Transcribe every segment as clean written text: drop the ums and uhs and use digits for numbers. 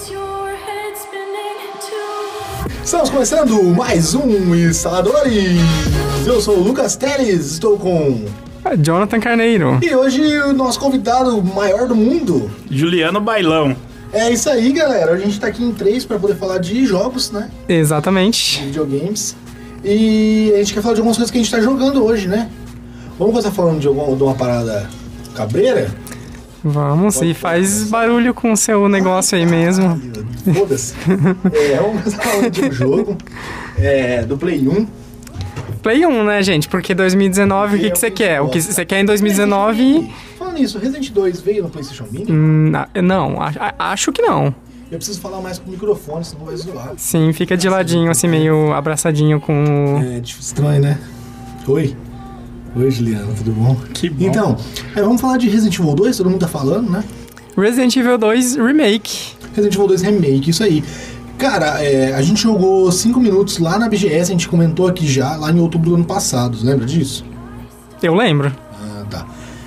Estamos começando mais um Instaladores. Eu sou o Lucas Teles, estou com Jonathan Carneiro. E hoje o nosso convidado maior do mundo, Juliano Bailão. É isso aí, galera. A gente tá aqui em 3 para poder falar de jogos, né? Exatamente. De videogames. E a gente quer falar de algumas coisas que a gente tá jogando hoje, né? Vamos começar falando de uma parada cabreira? Vamos, e faz barulho com o seu negócio aí mesmo. Foda-se. Vamos começar falando de um jogo do Play 1. Play 1, né, gente? Porque 2019, o que você quer? O que você quer em 2019... Falando nisso, Resident 2 veio no PlayStation Mini? Não, acho que não. Eu preciso falar mais com o microfone, senão vai zoar. Sim, fica de ladinho, assim, meio abraçadinho com... Estranho, né? Oi, Juliano, tudo bom? Que bom. Então, vamos falar de Resident Evil 2, todo mundo tá falando, né? Resident Evil 2 Remake. Resident Evil 2 Remake, isso aí. Cara, a gente jogou 5 minutos lá na BGS, a gente comentou aqui já, lá em outubro do ano passado, lembra disso? Eu lembro. Ah, tá.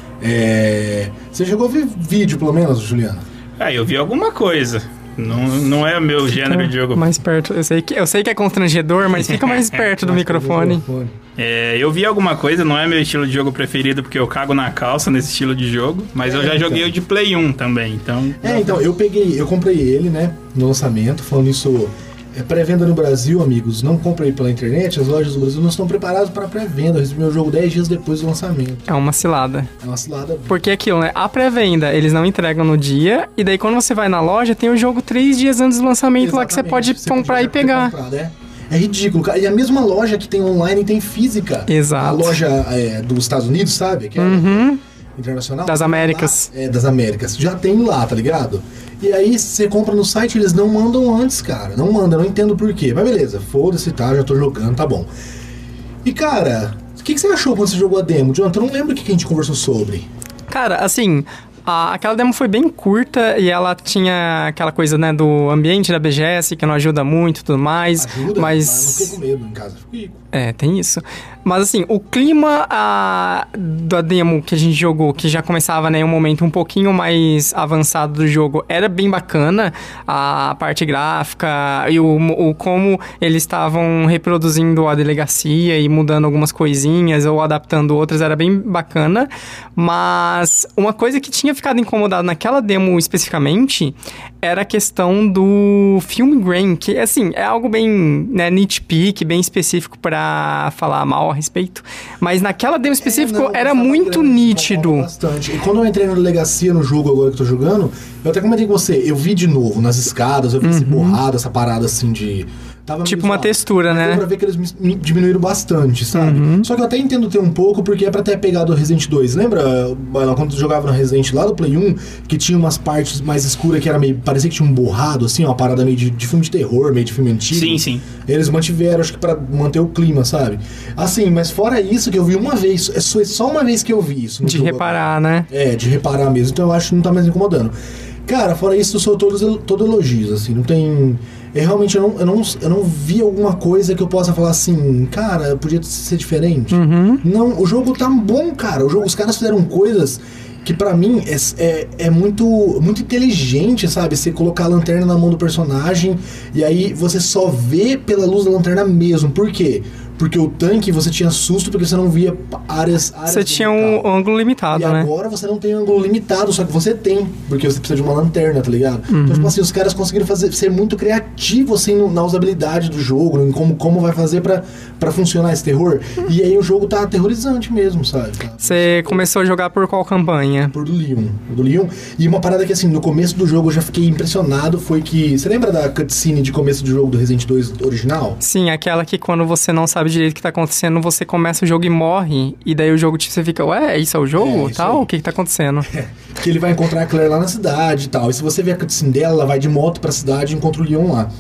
Você chegou a ver vídeo, pelo menos, Juliano? Eu vi alguma coisa. Não é o meu gênero de jogo. Mais perto. Eu sei que é constrangedor, mas fica mais perto do microfone. Eu vi alguma coisa, não é meu estilo de jogo preferido, porque eu cago na calça nesse estilo de jogo. Mas eu já joguei o de Play 1 também, então... eu comprei ele, né, no lançamento, falando isso... pré-venda no Brasil, amigos, não comprei pela internet, as lojas do Brasil não estão preparadas para pré-venda. Eu recebi meu jogo 10 dias depois do lançamento. É uma cilada. É uma cilada. Porque é aquilo, né? A pré-venda, eles não entregam no dia, e daí quando você vai na loja, tem o jogo 3 dias antes do lançamento. Exatamente. Lá que você pode comprar e pegar. É ridículo, cara. E a mesma loja que tem online tem física. Exato. A loja dos Estados Unidos, sabe? Que internacional. Das Américas. Das Américas. Já tem lá, tá ligado? E aí você compra no site, eles não mandam antes, cara. Não mandam, eu não entendo por quê. Mas beleza, foda-se, tá, já tô jogando, tá bom. E cara, o que você achou quando você jogou a demo? Jonathan, eu não lembro o que a gente conversou sobre. Cara, assim... aquela demo foi bem curta e ela tinha aquela coisa, né, do ambiente da BGS, que não ajuda muito e tudo mais. Ajuda, mas não fiquei com medo em casa. Tem isso. Mas assim, o clima da demo que a gente jogou, que já começava, né, um momento um pouquinho mais avançado do jogo, era bem bacana. A parte gráfica e o como eles estavam reproduzindo a delegacia e mudando algumas coisinhas ou adaptando outras, era bem bacana. Mas uma coisa que tinha ficado incomodado naquela demo especificamente era a questão do film grain, que assim, é algo bem, né, nitpick, bem específico pra falar mal a respeito, mas naquela demo específico era muito nítido. Bastante. E quando eu entrei na delegacia no jogo agora que eu tô jogando, eu até comentei com você, eu vi de novo nas escadas, eu vi esse borrado, essa parada assim de... Tipo uma textura, né? Deu pra ver que eles diminuíram bastante, sabe? Só que eu até entendo ter um pouco, porque é pra ter pegado o Resident 2. Lembra, quando tu jogava no Resident lá do Play 1, que tinha umas partes mais escuras que era meio... Parecia que tinha um borrado, assim, uma parada meio de filme de terror, meio de filme antigo. Sim, sim. Eles mantiveram, acho que pra manter o clima, sabe? Assim, mas fora isso, que eu vi uma vez, foi só uma vez que eu vi isso. De reparar, né? De reparar mesmo. Então eu acho que não tá mais incomodando. Cara, fora isso, eu sou todo elogios, assim, não tem... realmente eu não vi alguma coisa que eu possa falar assim, cara, podia ser diferente. Não, o jogo tá bom, cara. Os caras fizeram coisas que pra mim é muito, muito inteligente, sabe? Você colocar a lanterna na mão do personagem e aí você só vê pela luz da lanterna mesmo. Por quê? Porque o tanque você tinha susto porque você não via áreas você tinha um ângulo limitado, né? E agora você não tem ângulo limitado, só que você tem, porque você precisa de uma lanterna, tá ligado? Então, tipo assim, os caras conseguiram ser muito criativos, assim, na usabilidade do jogo, em como vai fazer pra funcionar esse terror. E aí o jogo tá aterrorizante mesmo, sabe? Você começou a jogar por qual campanha? Por do Leon. E uma parada que, assim, no começo do jogo eu já fiquei impressionado foi que... Você lembra da cutscene de começo do jogo do Resident 2 original? Sim, aquela que quando você não sabe direito o que tá acontecendo, você começa o jogo e morre, e daí o jogo você fica, ué, isso é o jogo? Tal? O que tá acontecendo? Que ele vai encontrar a Claire lá na cidade e tal. E se você ver a cutscene dela, ela vai de moto pra cidade e encontra o Leon lá.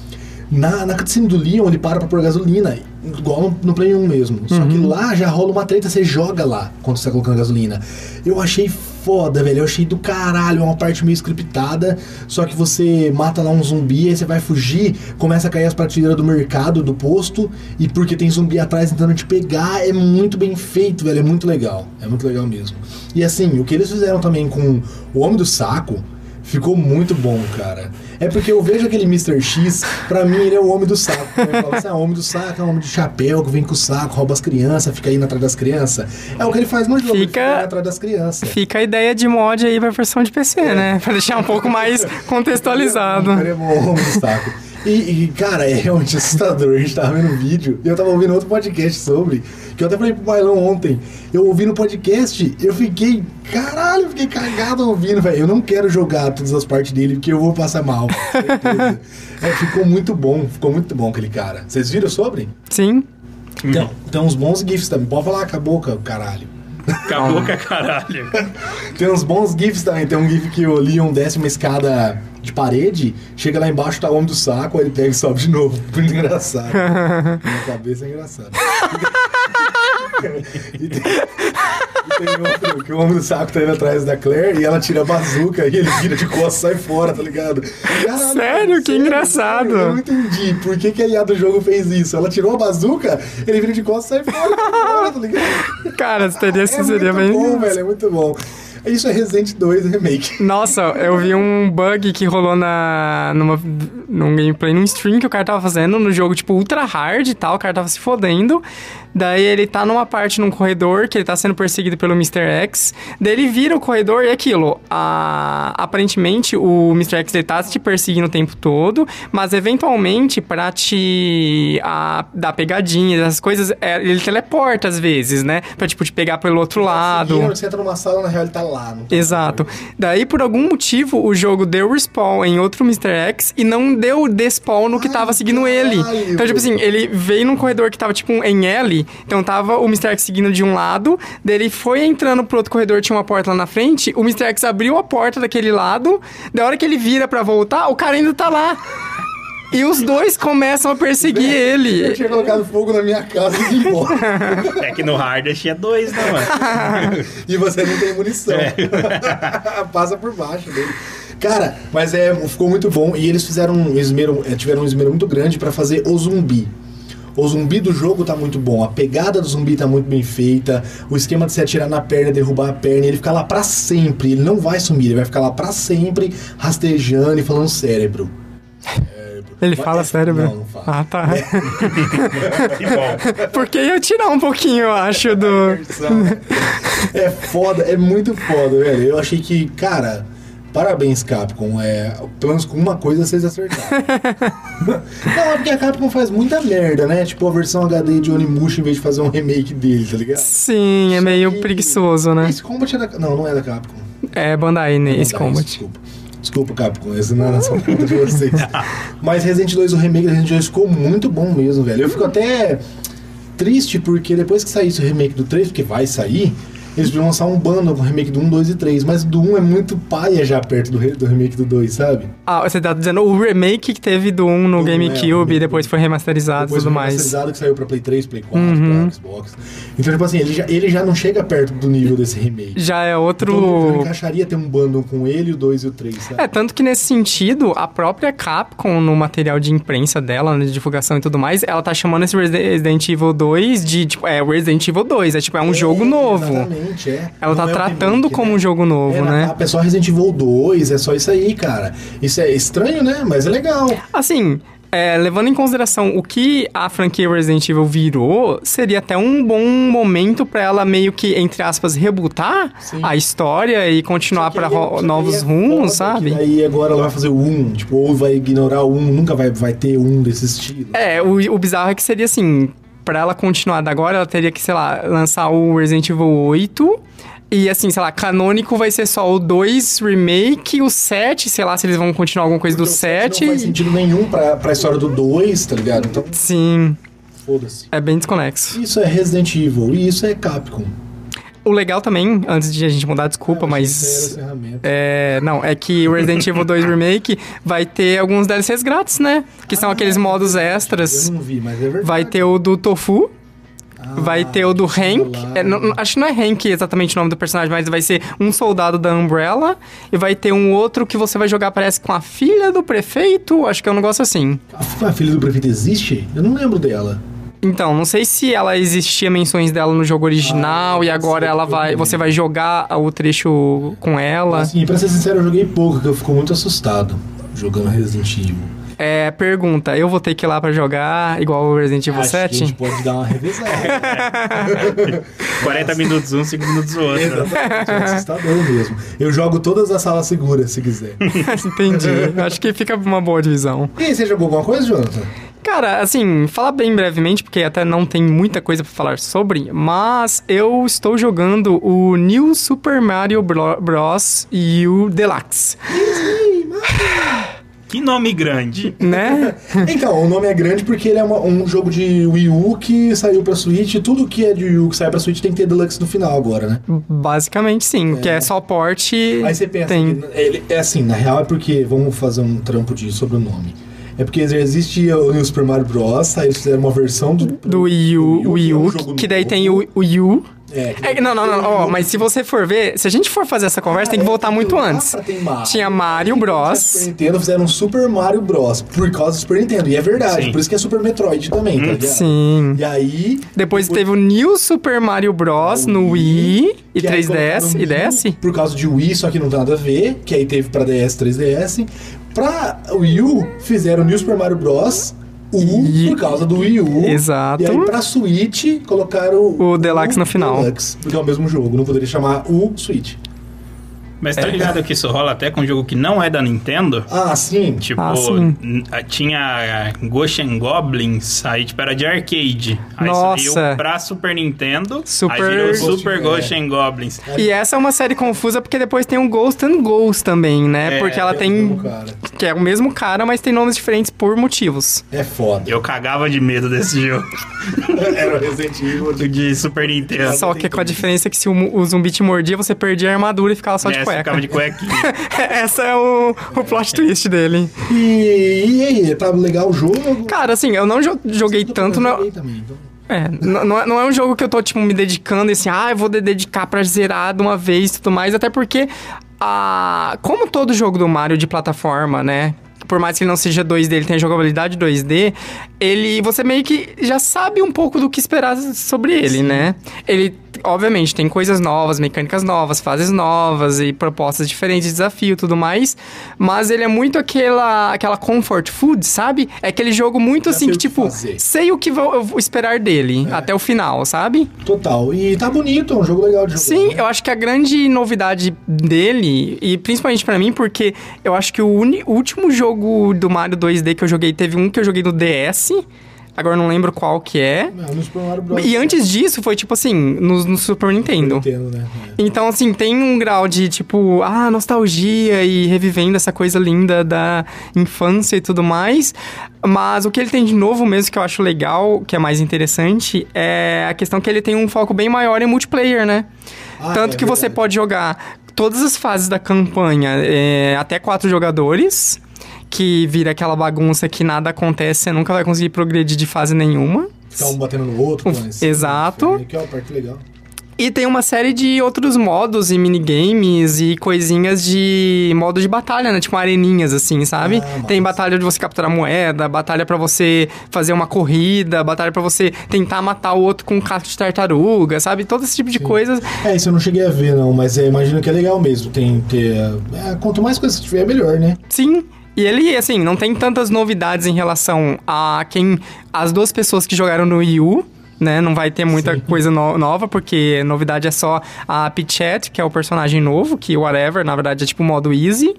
Na cutscene do Leon, ele para pra pôr gasolina, igual no Play 1 mesmo. Só que lá já rola uma treta, você joga lá quando você tá colocando gasolina. Eu achei foda, velho. Eu achei do caralho. É uma parte meio scriptada. Só que você mata lá um zumbi, aí você vai fugir, começa a cair as prateleiras do mercado, do posto, e porque tem zumbi atrás tentando te pegar. É muito bem feito, velho. É muito legal. É muito legal mesmo. E assim, o que eles fizeram também com o Homem do Saco Ficou muito bom, cara. É porque eu vejo aquele Mr. X, pra mim ele é o homem do saco. Eu falo assim, o homem do saco é um homem de chapéu que vem com o saco, rouba as crianças, fica indo atrás das crianças. É o que ele faz no jogo, ele fica indo atrás das crianças. Fica a ideia de mod aí pra versão de PC, né? Pra deixar um pouco mais contextualizado. Ele é o homem do saco. E, cara, é realmente assustador. A gente tava vendo um vídeo e eu tava ouvindo outro podcast sobre, que eu até falei pro Bailão ontem. Eu ouvi no podcast, eu fiquei cagado ouvindo, velho. Eu não quero jogar todas as partes dele, porque eu vou passar mal. Certeza. Ficou muito bom aquele cara. Vocês viram sobre? Sim. Então, tem uns bons GIFs também. Pode falar com a boca, caralho. Acabou com a caralho. Tem uns bons GIFs também. Tem um GIF que o Leon desce uma escada de parede, chega lá embaixo, tá o homem do saco, aí ele pega e sobe de novo. Muito engraçado. Minha cabeça é engraçada. E tem outro, que o homem do saco tá indo atrás da Claire e ela tira a bazuca e ele vira de costas e sai fora, tá ligado? Caralho, sério? Que engraçado. Eu não entendi por que a IA do jogo fez isso. Ela tirou a bazuca, ele vira de costas e sai fora, tá ligado? Cara, seria bem bom, velho, é muito bom. Isso é Resident 2 Remake. Nossa, eu vi um bug que rolou num gameplay, num stream que o cara tava fazendo no jogo, tipo, ultra hard e tal, o cara tava se fodendo. Daí ele tá numa parte, num corredor, que ele tá sendo perseguido pelo Mr. X. Daí ele vira o corredor e aquilo. Aparentemente, o Mr. X ele tá te perseguindo o tempo todo, mas eventualmente, pra te dar pegadinhas, essas coisas, ele teleporta às vezes, né? Pra, tipo, te pegar pelo outro lado. Você entra numa sala, na real ele tá lá. Não tá. Exato. Daí, por algum motivo, o jogo deu respawn em outro Mr. X e não deu despawn no que tava seguindo ele. Então, tipo assim, ele veio num corredor que tava, tipo, em L. Então tava o Mr. X seguindo de um lado, daí ele foi entrando pro outro corredor, tinha uma porta lá na frente, o Mr. X abriu a porta daquele lado, da hora que ele vira pra voltar, o cara ainda tá lá. E os dois começam a perseguir ele. Eu tinha colocado fogo na minha casa e ia embora. É que no hardware tinha 2, né, mano? E você não tem munição. Passa por baixo dele. Cara, mas ficou muito bom. E eles tiveram um esmero muito grande pra fazer o zumbi. O zumbi do jogo tá muito bom, a pegada do zumbi tá muito bem feita, o esquema de se atirar na perna, derrubar a perna, ele fica lá pra sempre, ele não vai sumir, ele vai ficar lá pra sempre, rastejando e falando cérebro. Ele fala cérebro? Não fala. Ah, tá. Que bom. Porque ia tirar um pouquinho, eu acho, do... É foda, é muito foda, velho. Eu achei que, cara... Parabéns, Capcom. Pelo menos com uma coisa vocês acertaram. Não, porque a Capcom faz muita merda, né? Tipo a versão HD de Onimusha em vez de fazer um remake dele, tá ligado? Sim, é meio preguiçoso, né? Ace Combat é da... Não é da Capcom. É Bandai, né? Ace Combat. Desculpa, Capcom. Esse não é na sua conta de vocês. Mas Resident 2, o remake do Resident 2 ficou muito bom mesmo, velho. Eu fico até triste porque depois que saísse o remake do 3, porque vai sair... Eles podiam lançar um bundle com o remake do 1, 2 e 3, mas do 1 é muito paia já perto do remake do 2, sabe? Ah, você tá dizendo o remake que teve do 1 no GameCube e depois foi remasterizado e tudo mais. Remasterizado que saiu pra Play 3, Play 4, pra Xbox. Então, tipo assim, ele já não chega perto do nível desse remake. Já é outro... Então, eu encaixaria ter um bundle com ele, o 2 e o 3, sabe? Tanto que nesse sentido, a própria Capcom, no material de imprensa dela, de divulgação e tudo mais, ela tá chamando esse Resident Evil 2 de, tipo, Resident Evil 2, um jogo novo. Exatamente. Ela tá tratando como um jogo novo, né? A pessoa Resident Evil 2, é só isso aí, cara. Isso é estranho, né? Mas é legal. Assim, levando em consideração o que a franquia Resident Evil virou, seria até um bom momento pra ela meio que, entre aspas, rebootar a história e continuar pra novos rumos, sabe? Aí agora ela vai fazer o 1, tipo, ou vai ignorar o 1, nunca vai ter um desse estilo. O bizarro é que seria assim... Pra ela continuar da agora, ela teria que, sei lá, lançar o Resident Evil 8. E assim, sei lá, canônico vai ser só o 2 Remake, o 7, sei lá, se eles vão continuar alguma coisa porque do 7. Não faz sentido nenhum pra história do 2, tá ligado? Então, sim. Foda-se. É bem desconexo. Isso é Resident Evil e isso é Capcom. O legal também, antes de a gente mudar, desculpa, mas... é que o Resident Evil 2 Remake vai ter alguns DLCs grátis, né? Que são aqueles modos extras. Eu não vi, mas é verdade. Vai ter o do Tofu, vai ter o do Hank. Acho que não é Hank exatamente o nome do personagem, mas vai ser um soldado da Umbrella. E vai ter um outro que você vai jogar, parece, com a filha do prefeito. Acho que é um negócio assim. A filha do prefeito existe? Eu não lembro dela. Então, não sei se ela existia menções dela no jogo original e agora você vai jogar o trecho com ela. Assim, pra ser sincero, eu joguei pouco, porque eu fico muito assustado jogando Resident Evil. Pergunta, eu vou ter que ir lá pra jogar igual o Resident Evil 7? Que a gente pode dar uma revezada. 40 minutos um, 5 minutos o outro. Exatamente, é assustador mesmo. Eu jogo todas as salas seguras, se quiser. Entendi. Acho que fica uma boa divisão. E aí, você jogou alguma coisa, Jonathan? Cara, assim, falar bem brevemente, porque até não tem muita coisa pra falar sobre, mas eu estou jogando o New Super Mario Bros. U Deluxe. Que nome grande. Né? Então, o nome é grande porque ele é um jogo de Wii U que saiu pra Switch. Tudo que é de Wii U que sai pra Switch tem que ter Deluxe no final agora, né? Basicamente, sim. Que é só porte. Aí você pensa que ele é assim, na real é porque... Vamos fazer um trampo sobre o nome. É porque existe o New Super Mario Bros. Aí eles fizeram uma versão do Wii U, que daí tem o Wii U. Não. Mas se você for ver, se a gente for fazer essa conversa, tem que voltar muito antes. Tinha Mario Bros. Super Nintendo fizeram um Super Mario Bros. Por causa do Super Nintendo. E é verdade, por isso que é Super Metroid também, tá ligado? Sim. E aí... Depois teve o New Super Mario Bros. No Wii e 3DS e DS. Por causa de Wii, só que não tem nada a ver. Que aí teve pra DS, 3DS. Pra Wii U, fizeram o New Super Mario Bros. Por causa do Wii U. Exato. E aí pra Switch colocaram o Deluxe no final. Deluxe, porque é o mesmo jogo, não poderia chamar o Switch. Mas tá ligado que isso rola até com um jogo que não é da Nintendo? Ah, sim. Tipo, sim. Tinha Ghosts and Goblins, aí tipo era de arcade. Aí Nossa. saiu pra Super Nintendo, aí virou Super Ghosts and Goblins. E essa é uma série confusa porque depois tem um Ghost and Ghosts também, né? Porque ela tem... Que é o mesmo cara, mas tem nomes diferentes por motivos. É foda. Eu cagava de medo desse jogo. Era o Resident Evil de Super Nintendo. Só que com a diferença que se o zumbi te mordia, você perdia a armadura e ficava só de cueca. Ficava de cuequinha. Essa é o plot twist dele. E aí, tá legal o jogo? Cara, assim, eu não joguei tanto... Eu joguei também, então. Não é um jogo que eu tô, tipo, me dedicando e assim, eu vou dedicar pra zerar de uma vez e tudo mais, até porque, como todo jogo do Mario de plataforma, né, por mais que ele não seja 2D, ele tenha jogabilidade 2D, você meio que já sabe um pouco do que esperar sobre ele, Sim. né? Ele, obviamente, tem coisas novas, mecânicas novas, fases novas e propostas diferentes de desafio e tudo mais, mas ele é muito aquela comfort food, sabe? É aquele jogo muito assim que, tipo, sei o que eu vou esperar dele até o final, sabe? Total. E tá bonito, é um jogo legal de jogar. Sim, eu acho que a grande novidade dele, e principalmente pra mim, porque eu acho que o último jogo do Mario 2D que eu joguei, teve um que eu joguei no DS, agora eu não lembro qual que é. No Super Mario Bros. E antes disso foi, tipo assim, no Super Nintendo. Né? Então, assim, tem um grau de, tipo, nostalgia e revivendo essa coisa linda da infância e tudo mais. Mas o que ele tem de novo mesmo, que eu acho legal, que é mais interessante, é a questão que ele tem um foco bem maior em multiplayer, né? Tanto que você pode jogar todas as fases da campanha até 4 jogadores... Que vira aquela bagunça que nada acontece, você nunca vai conseguir progredir de fase nenhuma. Ficar um batendo no outro. Exato. Que é uma parte legal. E tem uma série de outros modos e minigames e coisinhas de modo de batalha, né? Tipo areninhas, assim, sabe? Tem batalha de você capturar moeda, batalha pra você fazer uma corrida, batalha pra você tentar matar o outro com um casco de tartaruga, sabe? Todo esse tipo de coisas. Isso eu não cheguei a ver, não, mas imagino que é legal mesmo. Quanto mais coisas tiver, melhor, né? Sim. E ele, assim, não tem tantas novidades em relação a as duas pessoas que jogaram no Wii U, né? Não vai ter muita coisa nova, porque novidade é só a Peachette, que é o personagem novo, que whatever, na verdade é tipo o modo easy.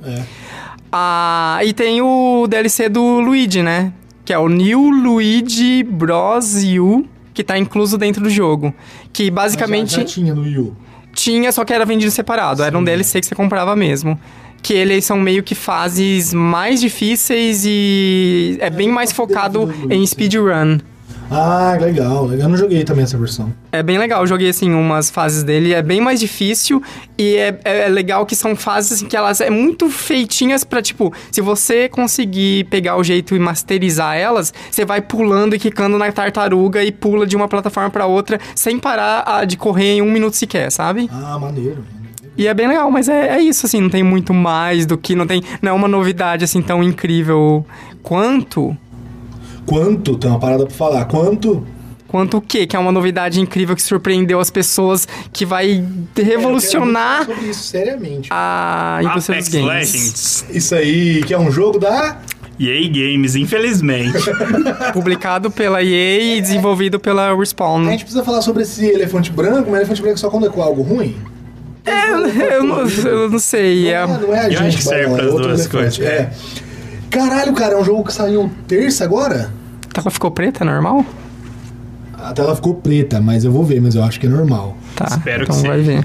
E tem o DLC do Luigi, né? Que é o New Luigi Bros. U, que tá incluso dentro do jogo. Que basicamente... Já tinha no Wii U. Tinha, só que era vendido separado. Era um DLC que você comprava mesmo. Que eles são meio que fases mais difíceis e é bem mais focado em speedrun. Legal. Eu não joguei também essa versão. É bem legal, eu joguei, assim, umas fases dele, é bem mais difícil e é legal que são fases assim, que elas é muito feitinhas pra, tipo, se você conseguir pegar o jeito e masterizar elas, você vai pulando e quicando na tartaruga e pula de uma plataforma pra outra sem parar de correr em 1 minuto sequer, sabe? Maneiro. E é bem legal, mas é isso, assim, não tem muito mais do que... Não é uma novidade, assim, tão incrível quanto... Tem uma parada pra falar. Quanto? quanto o quê? Que é uma novidade incrível que surpreendeu as pessoas, que vai revolucionar Eu quero sobre isso, seriamente. a indústria dos Apex games. Legends. Isso aí, que é um jogo da... EA Games, infelizmente. Publicado pela EA e desenvolvido pela Respawn. A gente precisa falar sobre esse elefante branco, mas elefante branco só quando é algo ruim? Eu não sei. Não é a Eu acho gente, que serve não, é pras outro duas elefante. coisas. É. Caralho, cara, é um jogo que saiu terça agora? A tela ficou preta, normal? A tela ficou preta, mas eu vou ver, mas eu acho que é normal. Tá, Espero então que vai seja. ver.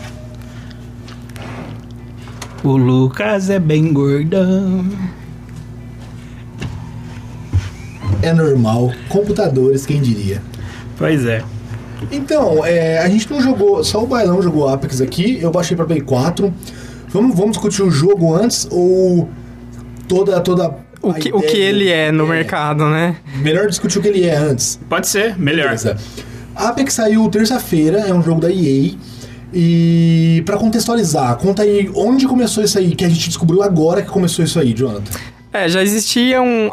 O Lucas é bem gordão. É normal. Computadores, quem diria? Pois é. Então, a gente não jogou, só o Bailão jogou Apex aqui, eu baixei pra Play 4. Vamos discutir o jogo antes ou toda O que ele é no mercado, né? Melhor discutir o que ele é antes. Pode ser, melhor. Beleza. Apex saiu terça-feira, é um jogo da EA. E pra contextualizar, conta aí onde começou isso aí, que a gente descobriu agora que começou isso aí, Jonathan. Já existiam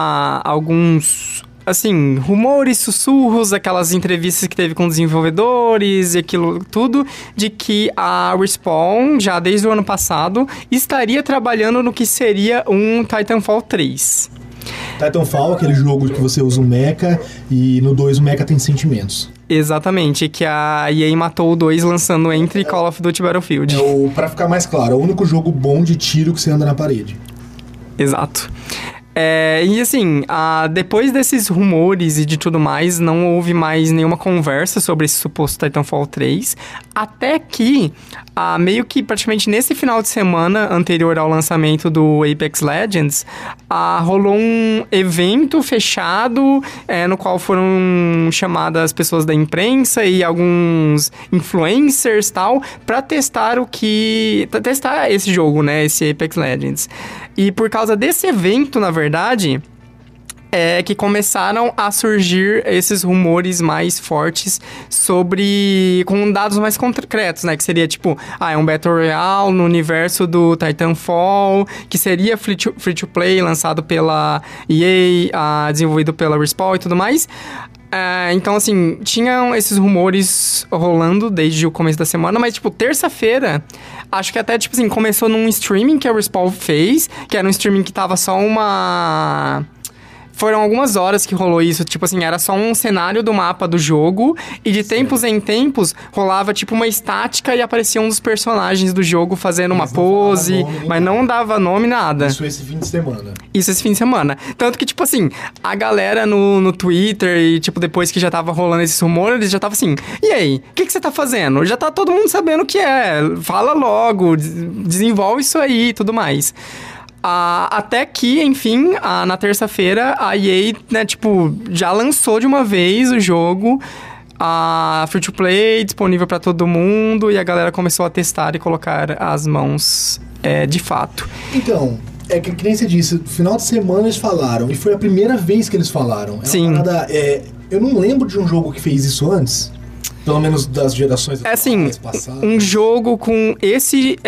alguns, assim, rumores, sussurros, aquelas entrevistas que teve com desenvolvedores e aquilo tudo, de que a Respawn, já desde o ano passado, estaria trabalhando no que seria um Titanfall 3. Titanfall, aquele jogo que você usa um mecha e no 2 o mecha tem sentimentos. Exatamente, que a EA matou o 2 lançando entre Call of Duty e Battlefield. Pra ficar mais claro, é o único jogo bom de tiro que você anda na parede. Exato. E assim, depois desses rumores e de tudo mais, não houve mais nenhuma conversa sobre esse suposto Titanfall 3, até que, meio que praticamente nesse final de semana anterior ao lançamento do Apex Legends, rolou um evento fechado, no qual foram chamadas pessoas da imprensa e alguns influencers e tal, pra testar testar esse jogo, né, esse Apex Legends. E por causa desse evento, na verdade, que começaram a surgir esses rumores mais fortes com dados mais concretos, né? Que seria tipo, é um Battle Royale no universo do Titanfall, que seria free-to-play, lançado pela EA, desenvolvido pela Respawn e tudo mais. Então, assim, tinham esses rumores rolando desde o começo da semana, mas, tipo, terça-feira, acho que até, tipo assim, começou num streaming que a Respawn fez, que era um streaming que tava só Foram algumas horas que rolou isso, tipo assim, era só um cenário do mapa do jogo, e de tempos em tempos rolava tipo uma estática e aparecia um dos personagens do jogo fazendo uma pose, mas não dava nome, nada. Isso esse fim de semana. Isso esse fim de semana. Tanto que, tipo assim, a galera no Twitter e, tipo, depois que já tava rolando esses rumores, eles já tava assim, e aí, o que você tá fazendo? Já tá todo mundo sabendo o que é, fala logo, desenvolve isso aí e tudo mais. Até que, enfim, na terça-feira, a EA, né, tipo, já lançou de uma vez o jogo, free-to-play, disponível pra todo mundo, e a galera começou a testar e colocar as mãos de fato. Então, que nem você disse, no final de semana eles falaram, e foi a primeira vez que eles falaram. Sim. Eu não lembro de um jogo que fez isso antes. Pelo menos das gerações assim, passadas. Um jogo com esse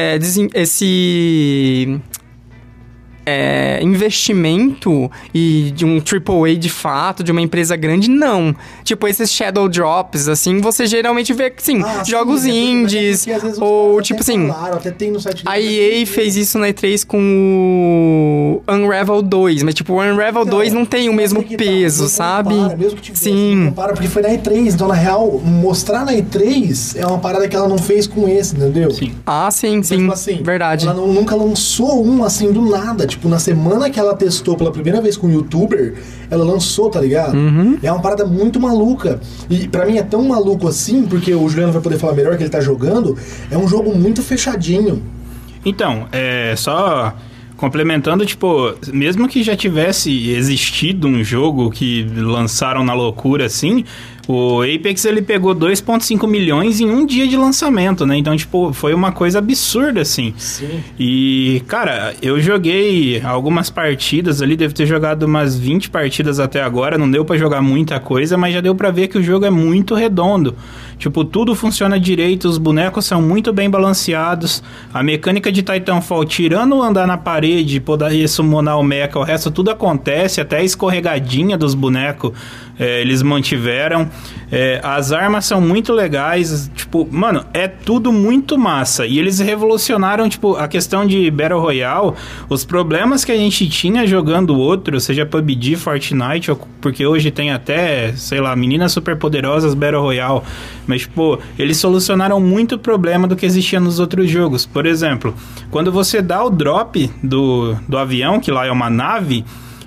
investimento e de um AAA de fato, de uma empresa grande, não. Tipo, esses Shadow Drops, assim, você geralmente vê, assim, jogos indies, ou tipo assim, até tem no site a EA fez isso na E3 com o Unravel 2, mas tipo, o Unravel 2 não tem o mesmo peso, sabe? Mesmo que tivesse, sim. Compara, porque foi na E3, então na real, mostrar na E3 é uma parada que ela não fez com esse, entendeu? Sim. Sim, então, sim, tipo assim, verdade. Ela nunca lançou um assim do nada, tipo, na semana que ela testou pela primeira vez com um youtuber, ela lançou, tá ligado? Uhum. É uma parada muito maluca. E pra mim é tão maluco assim, porque o Juliano vai poder falar melhor que ele tá jogando, é um jogo muito fechadinho. Então, só complementando, tipo, mesmo que já tivesse existido um jogo que lançaram na loucura, assim, o Apex, ele pegou 2,5 milhões em um dia de lançamento, né? Então, tipo, foi uma coisa absurda, assim. Sim. E, cara, eu joguei algumas partidas ali, devo ter jogado umas 20 partidas até agora, não deu pra jogar muita coisa, mas já deu pra ver que o jogo é muito redondo. Tipo, tudo funciona direito, os bonecos são muito bem balanceados, a mecânica de Titanfall, tirando o andar na parede parede, poder summonar o mecha, o resto tudo acontece, até a escorregadinha dos bonecos eles mantiveram. As armas são muito legais, tipo, mano, é tudo muito massa. E eles revolucionaram, tipo, a questão de Battle Royale, os problemas que a gente tinha jogando outro, seja PUBG, Fortnite, porque hoje tem até, sei lá, meninas superpoderosas Battle Royale, mas, tipo, eles solucionaram muito problema do que existia nos outros jogos. Por exemplo, quando você dá o drop do avião, que lá é uma nave,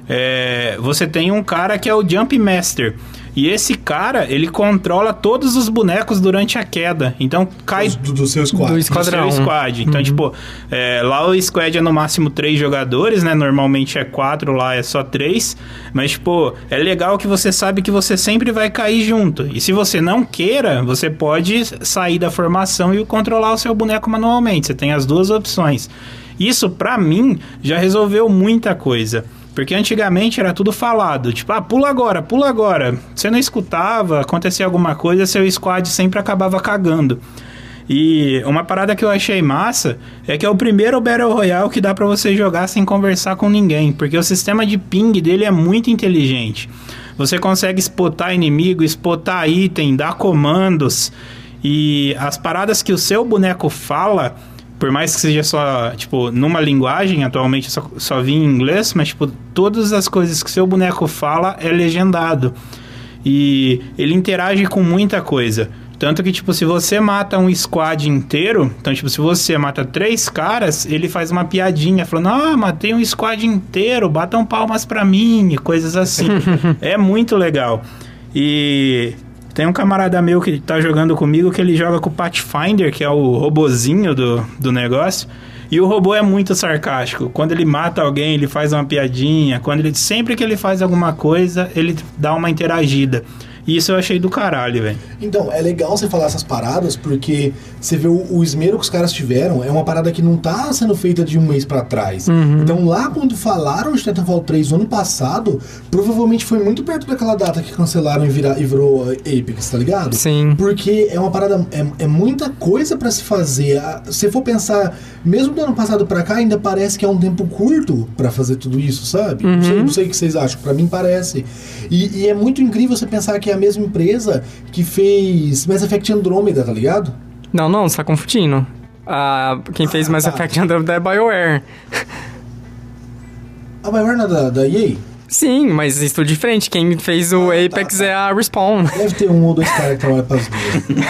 você tem um cara que é o Jump Master. E esse cara, ele controla todos os bonecos durante a queda. Então, cai... Do seu squad. Do esquadrão. Do seu squad. Então, tipo, lá o squad é no máximo 3 jogadores, né? Normalmente é 4, lá é só 3. Mas, tipo, é legal que você sabe que você sempre vai cair junto. E se você não queira, você pode sair da formação e controlar o seu boneco manualmente. Você tem as duas opções. Isso, pra mim, já resolveu muita coisa. Porque antigamente era tudo falado, tipo, pula agora. Você não escutava, acontecia alguma coisa, seu squad sempre acabava cagando. E uma parada que eu achei massa é que é o primeiro Battle Royale que dá pra você jogar sem conversar com ninguém, porque o sistema de ping dele é muito inteligente. Você consegue spotar inimigo, spotar item, dar comandos, e as paradas que o seu boneco fala... Por mais que seja só, tipo, numa linguagem, atualmente só vi em inglês, mas, tipo, todas as coisas que seu boneco fala é legendado. E ele interage com muita coisa. Tanto que, tipo, se você mata um squad inteiro, então, tipo, se você mata 3 caras, ele faz uma piadinha, falando, matei um squad inteiro, batam palmas pra mim, e coisas assim. É muito legal. E... tem um camarada meu que tá jogando comigo que ele joga com o Pathfinder, que é o robozinho do negócio. E o robô é muito sarcástico. Quando ele mata alguém, ele faz uma piadinha. Sempre que ele faz alguma coisa, ele dá uma interagida. E isso eu achei do caralho, velho. Então, é legal você falar essas paradas, porque você vê o esmero que os caras tiveram, é uma parada que não tá sendo feita de um mês pra trás. Então, lá quando falaram de Titanfall 3 no ano passado, provavelmente foi muito perto daquela data que cancelaram e virou Apex, tá ligado? Sim. Porque é uma parada, é muita coisa pra se fazer. Se for pensar, mesmo do ano passado pra cá, ainda parece que é um tempo curto pra fazer tudo isso, sabe? Não sei o que vocês acham, pra mim parece. E é muito incrível você pensar que é a mesma empresa que fez Mass Effect Andromeda, tá ligado? Não, você tá confundindo. Quem fez Mass Effect Andromeda é BioWare. A BioWare não é da EA? Sim, mas isso de frente. Quem fez o Apex é a Respawn. Deve ter um ou dois caras que trabalham pras duas.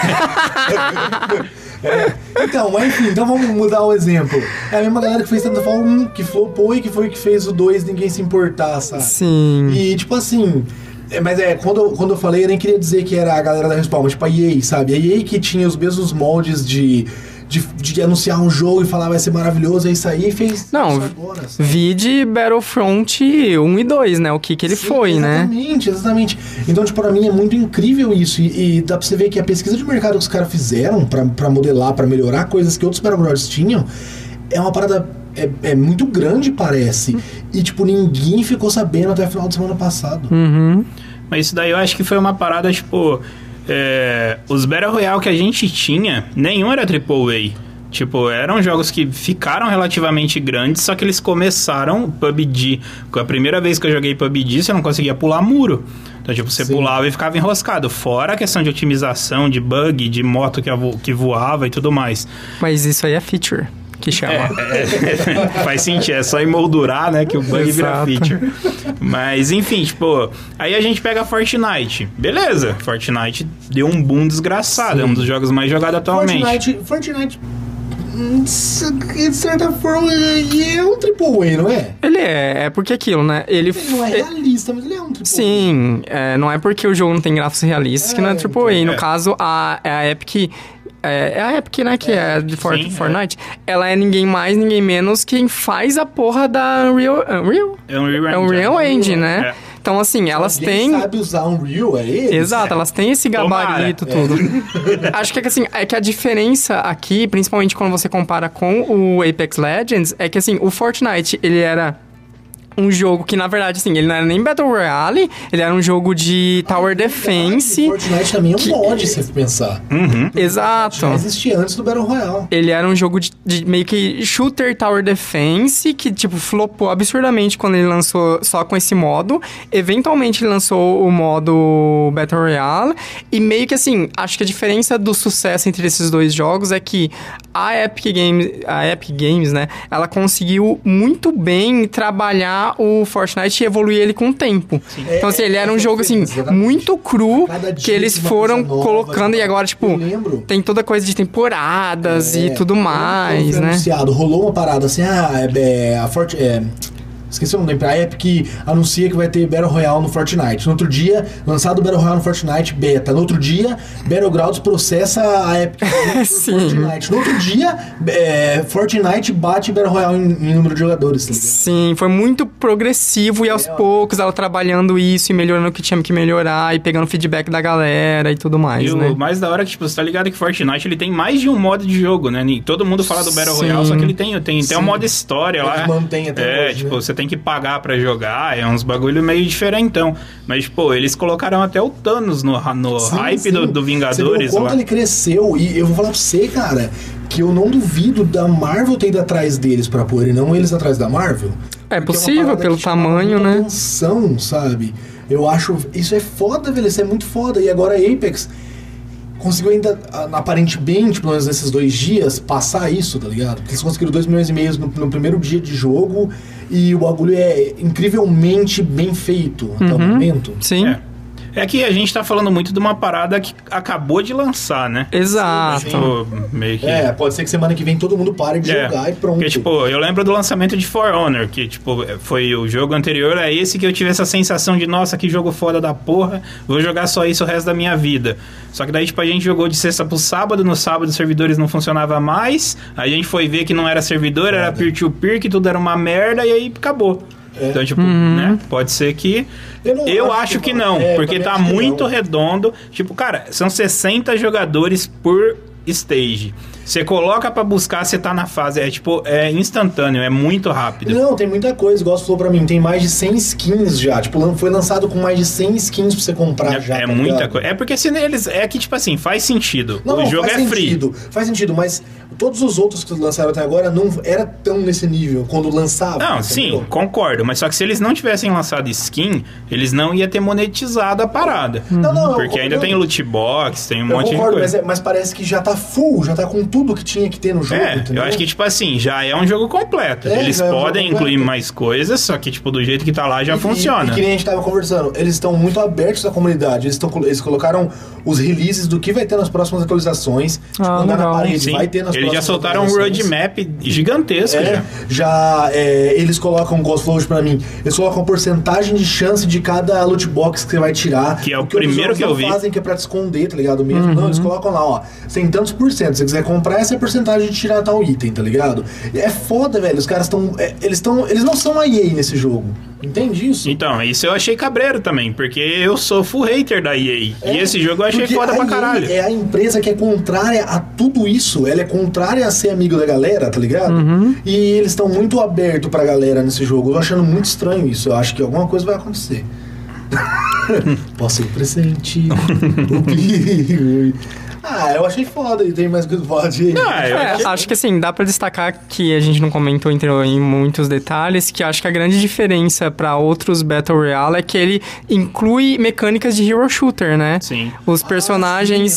Então, mas enfim, então vamos mudar o exemplo. É a mesma galera que fez Titanfall 1, que flopou e que foi que fez o 2, ninguém se importar, sabe? Sim. E tipo assim... Mas quando eu falei, eu nem queria dizer que era a galera da Respawn, mas tipo a EA, sabe? A EA que tinha os mesmos moldes de anunciar um jogo e falar vai ser maravilhoso, é isso aí, e fez... Não, agora, vide Battlefront 1 e 2, né? O que ele Sim, foi, exatamente. Então, tipo, pra mim é muito incrível isso, e dá pra você ver que a pesquisa de mercado que os caras fizeram pra modelar, pra melhorar coisas que outros Battlegrounds tinham, é uma parada... É muito grande, parece. E, tipo, ninguém ficou sabendo até o final de semana passado. Mas isso daí eu acho que foi uma parada, tipo... os Battle Royale que a gente tinha, nenhum era AAA. Tipo, eram jogos que ficaram relativamente grandes, só que eles começaram PUBG. A primeira vez que eu joguei PUBG, você não conseguia pular muro. Então, tipo, você pulava e ficava enroscado. Fora a questão de otimização, de bug, de moto que voava e tudo mais. Mas isso aí é feature. Que chama. Faz sentido, é só emoldurar, né, que o bug vira feature. Mas, enfim, tipo, aí a gente pega Fortnite. Beleza, Fortnite deu um boom desgraçado, Sim. é um dos jogos mais jogados atualmente. Fortnite, de certa forma, é um AAA, não é? Ele é porque aquilo, né? Ele não é realista, mas ele é um AAA. Sim, não é porque o jogo não tem gráficos realistas que não é AAA. No caso, a Epic... É a Epic, né, que é de Fortnite. Ela é ninguém mais, ninguém menos quem faz a porra da Unreal... É um Unreal Engine, né? Então, assim, elas têm... sabe usar Unreal, é eles? Exato, elas têm esse gabarito, tudo. Acho que assim, é que a diferença aqui, principalmente quando você compara com o Apex Legends, é que assim, o Fortnite, ele era um jogo que, na verdade, assim, ele não era nem Battle Royale, ele era um jogo de Tower Defense. Fortnite também é um mod, se você pensar. Exato. Já existia antes do Battle Royale. Ele era um jogo de meio que shooter Tower Defense, que, tipo, flopou absurdamente quando ele lançou só com esse modo. Eventualmente, ele lançou o modo Battle Royale. E meio que, assim, acho que a diferença do sucesso entre esses dois jogos é que a Epic Games, né, ela conseguiu muito bem trabalhar o Fortnite e evoluir ele com o tempo. Então, assim, ele era um jogo, assim, muito cru, que eles foram colocando e agora, tipo, tem toda coisa de temporadas e tudo mais, né? Anunciado, rolou uma parada assim, esqueci o nome, a Epic anuncia que vai ter Battle Royale no Fortnite. No outro dia, lançado o Battle Royale no Fortnite beta. No outro dia, Battlegrounds processa a Epic por Fortnite. No outro dia, Fortnite bate Battle Royale em número de jogadores, tá ligado? Sim, foi muito progressivo e aos poucos ela trabalhando isso e melhorando o que tinha que melhorar e pegando feedback da galera e tudo mais, e né? o mais da hora é que, tipo, você tá ligado que Fortnite, ele tem mais de um modo de jogo, né? Todo mundo fala do Battle Royale, só que ele tem um modo história lá. Eles mantêm até hoje, tipo, né? Você tem que pagar pra jogar, é uns bagulho meio diferentão. Mas, pô, eles colocaram até o Thanos no hype do Vingadores. Você viu o quanto ele cresceu, e eu vou falar pra você, cara, que eu não duvido da Marvel ter ido atrás deles pra pôr, e não eles atrás da Marvel. É possível, pelo tamanho, né? Atenção, sabe? Eu acho... Isso é foda, velho, isso é muito foda. E agora a Apex conseguiu ainda, aparentemente, pelo menos nesses 2 dias, passar isso, tá ligado? Porque eles conseguiram 2,5 milhões no primeiro dia de jogo e o bagulho é incrivelmente bem feito até o momento. Sim. É que a gente tá falando muito de uma parada que acabou de lançar, né? Exato. Tipo, meio que... pode ser que semana que vem todo mundo pare de jogar e pronto. Porque, tipo, eu lembro do lançamento de For Honor, que, tipo, foi o jogo anterior a esse que eu tive essa sensação de, nossa, que jogo foda da porra, vou jogar só isso o resto da minha vida. Só que daí, tipo, a gente jogou de sexta pro sábado, no sábado os servidores não funcionavam mais, aí a gente foi ver que não era servidor, era peer-to-peer, que tudo era uma merda, e aí acabou. Então, tipo, né? Pode ser que... Eu acho que não, porque tá muito redondo. Tipo, cara, são 60 jogadores por stage. Você coloca pra buscar, você tá na fase. É instantâneo, é muito rápido. Não, tem muita coisa, igual você falou pra mim. Tem mais de 100 skins já. Tipo, foi lançado com mais de 100 skins pra você comprar já. É muita coisa. É porque se eles... É que, tipo assim, faz sentido. O jogo é free. Faz sentido, mas todos os outros que lançaram até agora não era tão nesse nível quando lançava. Não, sim, concordo. Mas só que se eles não tivessem lançado skin, eles não iam ter monetizado a parada. Não, porque ainda tem loot box, tem um monte de coisa. Mas parece que já tá full, já tá com tudo que tinha que ter no jogo, entendeu? Eu acho que, tipo assim, já é um jogo completo. Eles podem incluir mais coisas, só que, tipo, do jeito que tá lá já funciona. E que nem a gente tava conversando, eles estão muito abertos à comunidade. Eles colocaram os releases do que vai ter nas próximas atualizações. Tipo, andar na parede, sim. vai ter nas Eles já soltaram um roadmap gigantesco. Eles colocam, Ghost Flow pra mim, eles colocam porcentagem de chance de cada loot box que você vai tirar. Que é o primeiro que eu vi. Fazem que é pra te esconder, tá ligado? Mesmo. Não, eles colocam lá, ó, tem tantos por cento. Se você quiser comprar, essa é a porcentagem de tirar tal item, tá ligado? É foda, velho. Os caras estão... Eles não são a EA nesse jogo. Entende isso? Então, isso eu achei cabreiro também, porque eu sou full hater da EA. E esse jogo eu achei foda pra caralho. É a empresa que é contrária a tudo isso. Ela é contrária a ser amigo da galera, tá ligado? E eles estão muito abertos pra galera nesse jogo. Eu tô achando muito estranho isso. Eu acho que alguma coisa vai acontecer. Posso ir presente. O perigo. Eu achei foda. E tem mais coisa pra falar de... Acho que assim, dá pra destacar que a gente não comentou, entrou em muitos detalhes, que acho que a grande diferença pra outros Battle Royale é que ele inclui mecânicas de hero shooter, né? Sim. Os personagens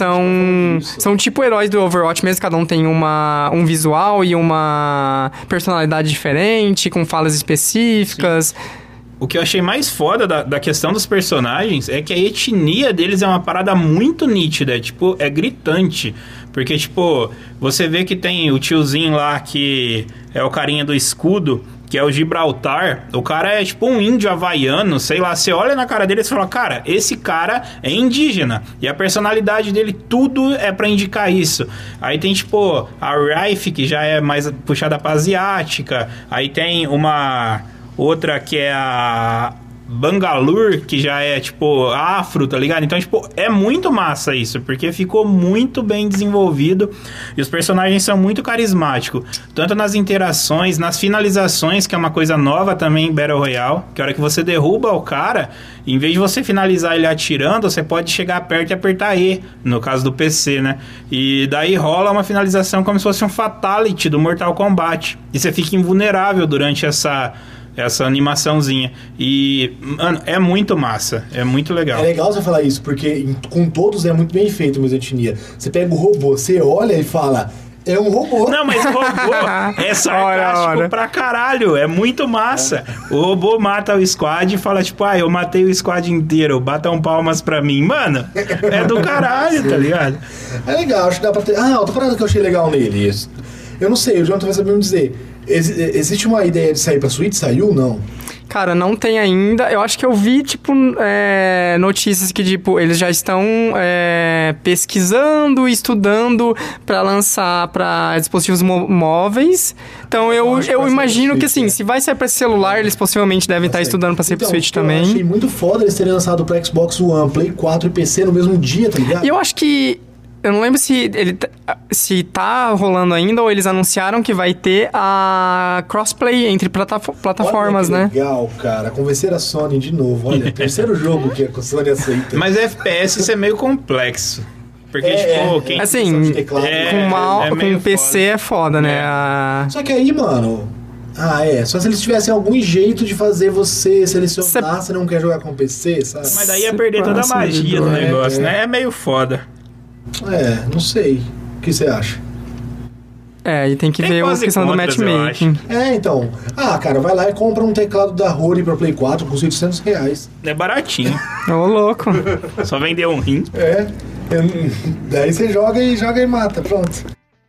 são tipo heróis do Overwatch mesmo, cada um tem um visual e uma personalidade diferente, com falas específicas. Sim. O que eu achei mais foda da questão dos personagens é que a etnia deles é uma parada muito nítida, é gritante. Porque, tipo, você vê que tem o tiozinho lá que é o carinha do escudo, que é o Gibraltar. O cara é tipo um índio havaiano, sei lá. Você olha na cara dele e fala, cara, esse cara é indígena. E a personalidade dele, tudo é pra indicar isso. Aí tem, tipo, a Rife, que já é mais puxada pra asiática. Aí tem uma... outra que é a Bangalore, que já é, tipo, afro, tá ligado? Então, tipo, é muito massa isso, porque ficou muito bem desenvolvido e os personagens são muito carismáticos, tanto nas interações, nas finalizações, que é uma coisa nova também em Battle Royale, que a hora que você derruba o cara, em vez de você finalizar ele atirando, você pode chegar perto e apertar E, no caso do PC, né? E daí rola uma finalização como se fosse um Fatality do Mortal Kombat, e você fica invulnerável durante essa animaçãozinha. E, mano, é muito massa. É muito legal. É legal você falar isso, porque com todos é muito bem feito, mas etnia. Você pega o robô, você olha e fala... É um robô. Não, mas o robô é sarcástico pra caralho. É muito massa. O robô mata o squad e fala, tipo, eu matei o squad inteiro, batam palmas pra mim. Mano, é do caralho, tá ligado? É legal, acho que dá pra ter... outra parada que eu achei legal nele. Isso. Eu não sei, o Jonathan vai saber me dizer. Existe uma ideia de sair pra Switch? Saiu? Não? Cara, não tem ainda. Eu acho que eu vi, tipo, notícias que, tipo, eles já estão pesquisando e estudando pra lançar pra dispositivos móveis. Então, eu imagino que, assim, se vai sair pra celular, eles possivelmente devem estar estudando pra sair pro Switch também. Eu achei muito foda eles terem lançado pro Xbox One, Play 4 e PC no mesmo dia, tá ligado? E eu acho que... Eu não lembro se tá rolando ainda ou eles anunciaram que vai ter a crossplay entre plataformas, olha que né? Legal, cara. Convencer a Sony de novo. Olha, terceiro jogo que a Sony aceita. Mas FPS isso é meio complexo. Porque, tipo, quem... Assim, com PC é foda, né? Só que aí, mano... Só se eles tivessem algum jeito de fazer você selecionar se não quer jogar com PC, sabe? Mas daí ia perder toda a magia do negócio, né? É meio foda. Não sei. O que você acha? E tem que ver a questão do matchmaking. Então. Cara, vai lá e compra um teclado da Rory pra Play 4 com R$800. É baratinho. Ô, louco. Só vender um rim. Daí você joga e mata, pronto.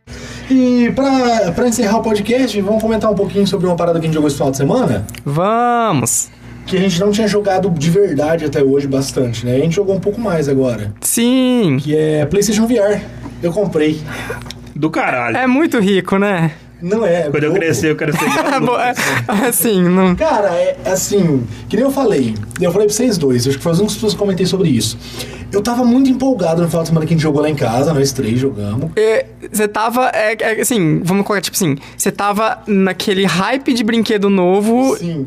E pra encerrar o podcast, vamos comentar um pouquinho sobre uma parada que a gente jogou esse final de semana? Vamos! Que a gente não tinha jogado de verdade até hoje bastante, né? A gente jogou um pouco mais agora. Sim! Que é PlayStation VR. Eu comprei. Do caralho. É muito rico, né? Não é. Quando eu crescer, eu quero ser igual. Assim, não... Cara, assim, que nem eu falei pra vocês dois, acho que foi as únicas pessoas que comentei sobre isso. Eu tava muito empolgado no final de semana que a gente jogou lá em casa, nós três jogamos. Você tava, assim, vamos colocar, tipo assim, você tava naquele hype de brinquedo novo. Sim.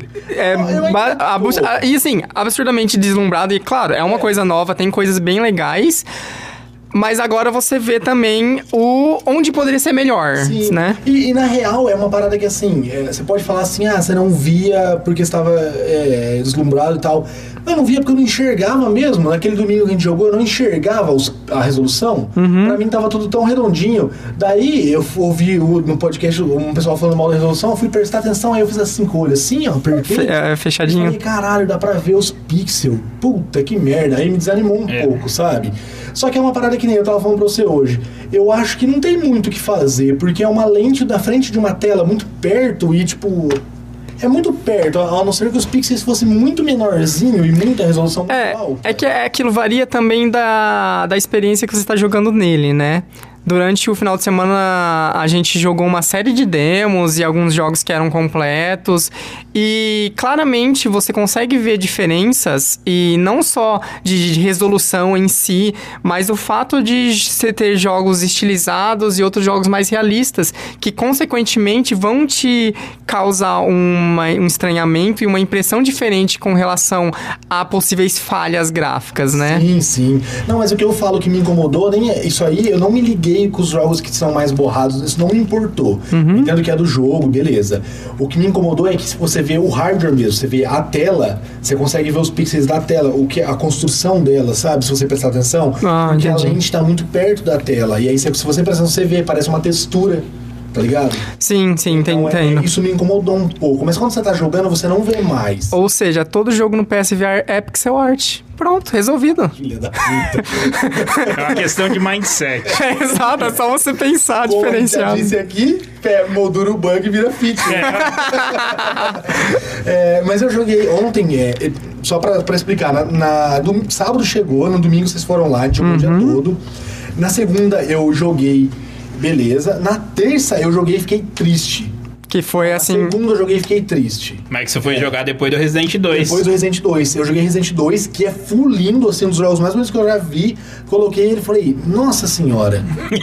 E assim, absurdamente deslumbrado. E claro, é uma coisa nova, tem coisas bem legais. Mas agora você vê também onde poderia ser melhor, sim, né? E na real é uma parada que assim, você pode falar assim, você não via porque estava deslumbrado e tal. Eu não via porque eu não enxergava mesmo. Naquele domingo que a gente jogou, eu não enxergava a resolução. Pra mim tava tudo tão redondinho. Daí eu ouvi no podcast um pessoal falando mal da resolução, eu fui prestar atenção, aí eu fiz assim com o olho assim, apertei. Fechadinho. Eu falei, caralho, dá pra ver os pixels. Puta que merda. Aí me desanimou um pouco, sabe? Só que é uma parada que nem eu tava falando pra você hoje. Eu acho que não tem muito o que fazer, porque é uma lente da frente de uma tela muito perto e, tipo... É muito perto, a não ser que os pixels fossem muito menorzinho e muita resolução muito alta. É que aquilo varia também da experiência que você está jogando nele, né? Durante o final de semana, a gente jogou uma série de demos e alguns jogos que eram completos. E, claramente, você consegue ver diferenças, e não só de resolução em si, mas o fato de você ter jogos estilizados e outros jogos mais realistas, que, consequentemente, vão te causar um estranhamento e uma impressão diferente com relação a possíveis falhas gráficas, né? Sim, sim. Não, mas o que eu falo que me incomodou, nem isso aí, eu não me liguei com os jogos que são mais borrados, isso não me importou. Entendo que é do jogo, beleza. O que me incomodou é que se você vê o hardware mesmo, você vê a tela, você consegue ver os pixels da tela, a construção dela, sabe? Se você prestar atenção, porque a lente tá muito perto da tela, e aí se você prestar atenção, você vê, parece uma textura. Tá ligado? Sim, então, entendo. Isso me incomodou um pouco. Mas quando você tá jogando, você não vê mais. Ou seja, todo jogo no PSVR é pixel art. Pronto, resolvido. Filha da puta. É uma questão de mindset. Exato, é só você pensar diferenciado. Como disse aqui, moldura o bug e vira fit. Mas eu joguei ontem, só pra explicar, no sábado chegou, no domingo vocês foram lá, a gente jogou o dia todo. Na segunda eu joguei... Beleza. Na terça eu joguei e fiquei triste. Que foi A assim... segunda eu joguei e fiquei triste. Mas que você foi jogar depois do Resident 2. Depois do Resident 2. Eu joguei Resident 2, que é full lindo, assim, um dos jogos mais bonitos que eu já vi. Coloquei ele e falei, nossa senhora.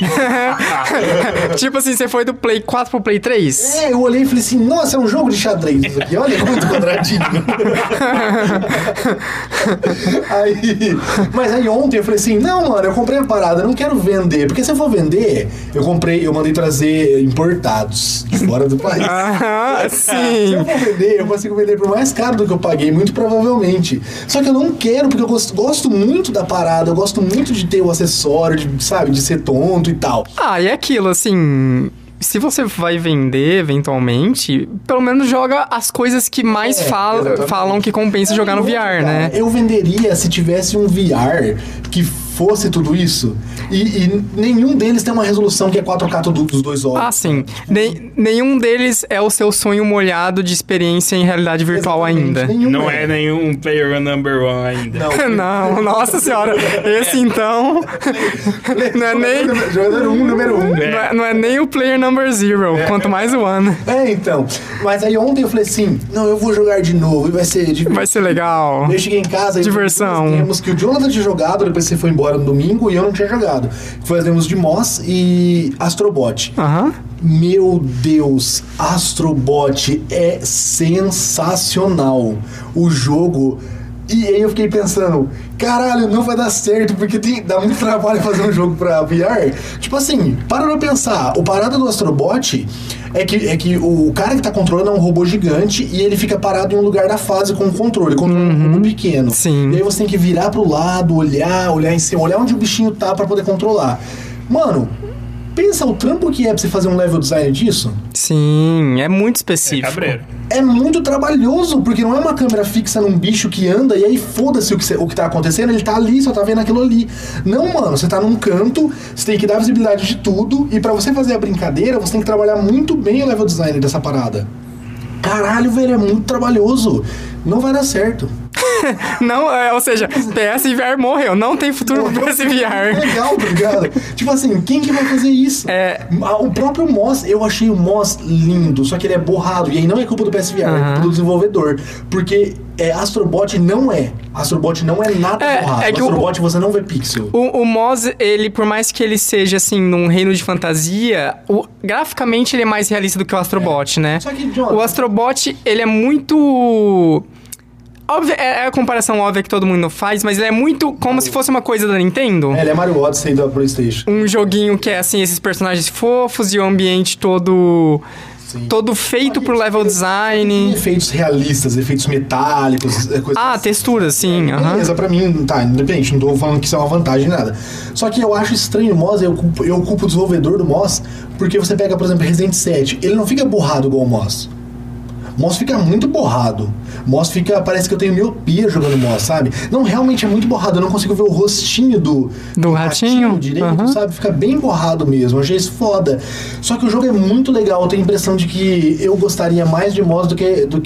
Tipo assim, você foi do Play 4 pro Play 3? Eu olhei e falei assim, nossa, é um jogo de xadrez isso aqui. Olha quanto quadradinho. Mas aí ontem eu falei assim, não, mano, eu comprei a parada, eu não quero vender. Porque se eu for vender, eu mandei trazer importados de fora do país. Sim. Se eu for vender, eu consigo vender por mais caro do que eu paguei, muito provavelmente. Só que eu não quero, porque eu gosto muito da parada, eu gosto muito de ter o acessório, de ser tonto e tal. E é aquilo, assim... Se você vai vender, eventualmente, pelo menos joga as coisas que mais falam que compensa jogar no VR, né? Eu venderia se tivesse um VR que fosse tudo isso. E nenhum deles tem uma resolução que é 4K dos dois olhos. Sim. Nenhum deles é o seu sonho molhado de experiência em realidade virtual ainda. Não é nenhum Player Number 1 ainda. Não, nossa senhora. Esse então... não é nem... Jogador 1, número 1. Não é nem o Player Number 0, quanto mais o 1. Então. Mas aí ontem eu falei assim, não, eu vou jogar de novo e vai ser divertido. Vai ser legal. Eu cheguei em casa e diversão. Temos que o Jonathan tinha jogado, depois você foi embora no domingo e eu não tinha jogado. Foi as demos de Moss e Astrobot. Meu Deus, Astrobot é sensacional. O jogo... E aí eu fiquei pensando, caralho, não vai dar certo, porque dá muito trabalho fazer um jogo pra VR. Tipo assim, para pra pensar, o parada do Astrobot é que o cara que tá controlando é um robô gigante e ele fica parado em um lugar da fase com o controle, um robô pequeno. Sim. E aí você tem que virar pro lado, olhar em cima, olhar onde o bichinho tá pra poder controlar. Mano... Pensa o trampo que é pra você fazer um level design disso? Sim, é muito específico. É cabreiro. É muito trabalhoso, porque não é uma câmera fixa num bicho que anda e aí foda-se o que tá acontecendo, ele tá ali, só tá vendo aquilo ali. Não, mano, você tá num canto, você tem que dar visibilidade de tudo, e pra você fazer a brincadeira, você tem que trabalhar muito bem o level design dessa parada. Caralho, velho, é muito trabalhoso. Não vai dar certo. Não, ou seja, PSVR morreu. Não tem futuro pro PSVR. Legal, tá ligado? Tipo assim, quem que vai fazer isso? O próprio Moss, eu achei o Moss lindo, só que ele é borrado. E aí não é culpa do PSVR, é culpa do desenvolvedor. Porque Astrobot não é. Astrobot não é nada borrado. Astrobot você não vê pixel. O Moss, ele, por mais que ele seja, assim, num reino de fantasia, graficamente ele é mais realista do que o Astrobot, né? Só que, Jonathan, o Astrobot, ele é muito... Óbvio, é a comparação óbvia que todo mundo faz, mas ele é muito como se fosse uma coisa da Nintendo. Ele é Mario Odyssey da PlayStation. Um joguinho que é, assim, esses personagens fofos e o ambiente todo... Sim. Todo feito pro level design. Efeitos realistas, efeitos metálicos, coisas texturas, sim. Beleza, pra mim, tá, independente, não tô falando que isso é uma vantagem, nada. Só que eu acho estranho o Moss, eu culpo o desenvolvedor do Moss, porque você pega, por exemplo, Resident 7, ele não fica borrado igual o Moss. Moss fica muito borrado. Moss fica... Parece que eu tenho miopia jogando Moss, sabe? Não, realmente é muito borrado. Eu não consigo ver o rostinho do ratinho direito, sabe? Fica bem borrado mesmo. Eu achei isso foda. Só que o jogo é muito legal. Eu tenho a impressão de que eu gostaria mais de Moss do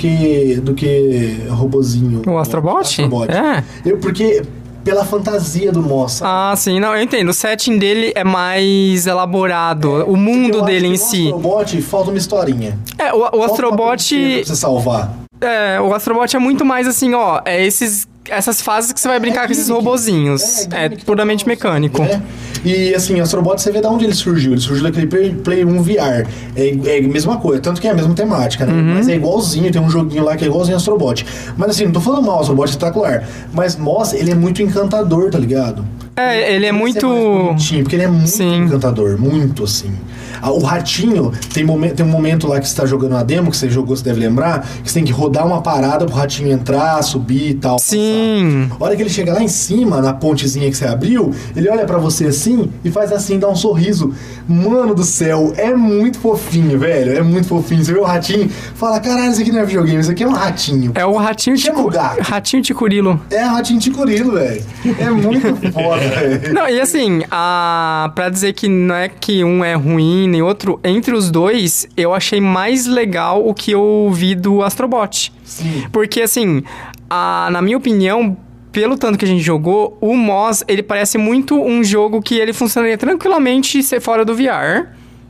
que robozinho. O Astrobot? Porque... Pela fantasia do Moss. Sim, não, eu entendo. O setting dele é mais elaborado. O mundo dele em si. O Astrobot falta uma historinha. O Astrobot... Pra você salvar. O Astrobot é muito mais assim, essas fases que você vai brincar com esses robozinhos. É puramente mecânico. E assim, o Astrobot, você vê de onde ele surgiu. Ele surgiu daquele Play 1 VR. É a mesma coisa, tanto que é a mesma temática, né? Mas é igualzinho, tem um joguinho lá que é igualzinho ao Astrobot. Mas assim, não tô falando mal, o Astrobot é espetacular. Mas, Moss, ele é muito encantador, tá ligado? Ele é muito... bonitinho, porque ele é muito encantador, muito assim. O ratinho, tem um momento lá que você tá jogando uma demo, que você jogou, você deve lembrar, que você tem que rodar uma parada pro ratinho entrar, subir e tal. Sim. A hora que ele chega lá em cima, na pontezinha que você abriu, ele olha pra você assim e faz assim, dá um sorriso. Mano do céu, é muito fofinho, velho. É muito fofinho. Você vê o ratinho, fala, caralho, isso aqui não é videogame, isso aqui é um ratinho. É o ratinho Ratinho Ticurilo. É o ratinho Ticurilo, velho. É muito foda, velho. Não, e assim, pra dizer que não é que um é ruim nem outro, entre os dois, eu achei mais legal o que eu vi do Astrobot. Sim. Porque assim, na minha opinião, pelo tanto que a gente jogou, o Moss, ele parece muito um jogo que ele funcionaria tranquilamente ser fora do VR.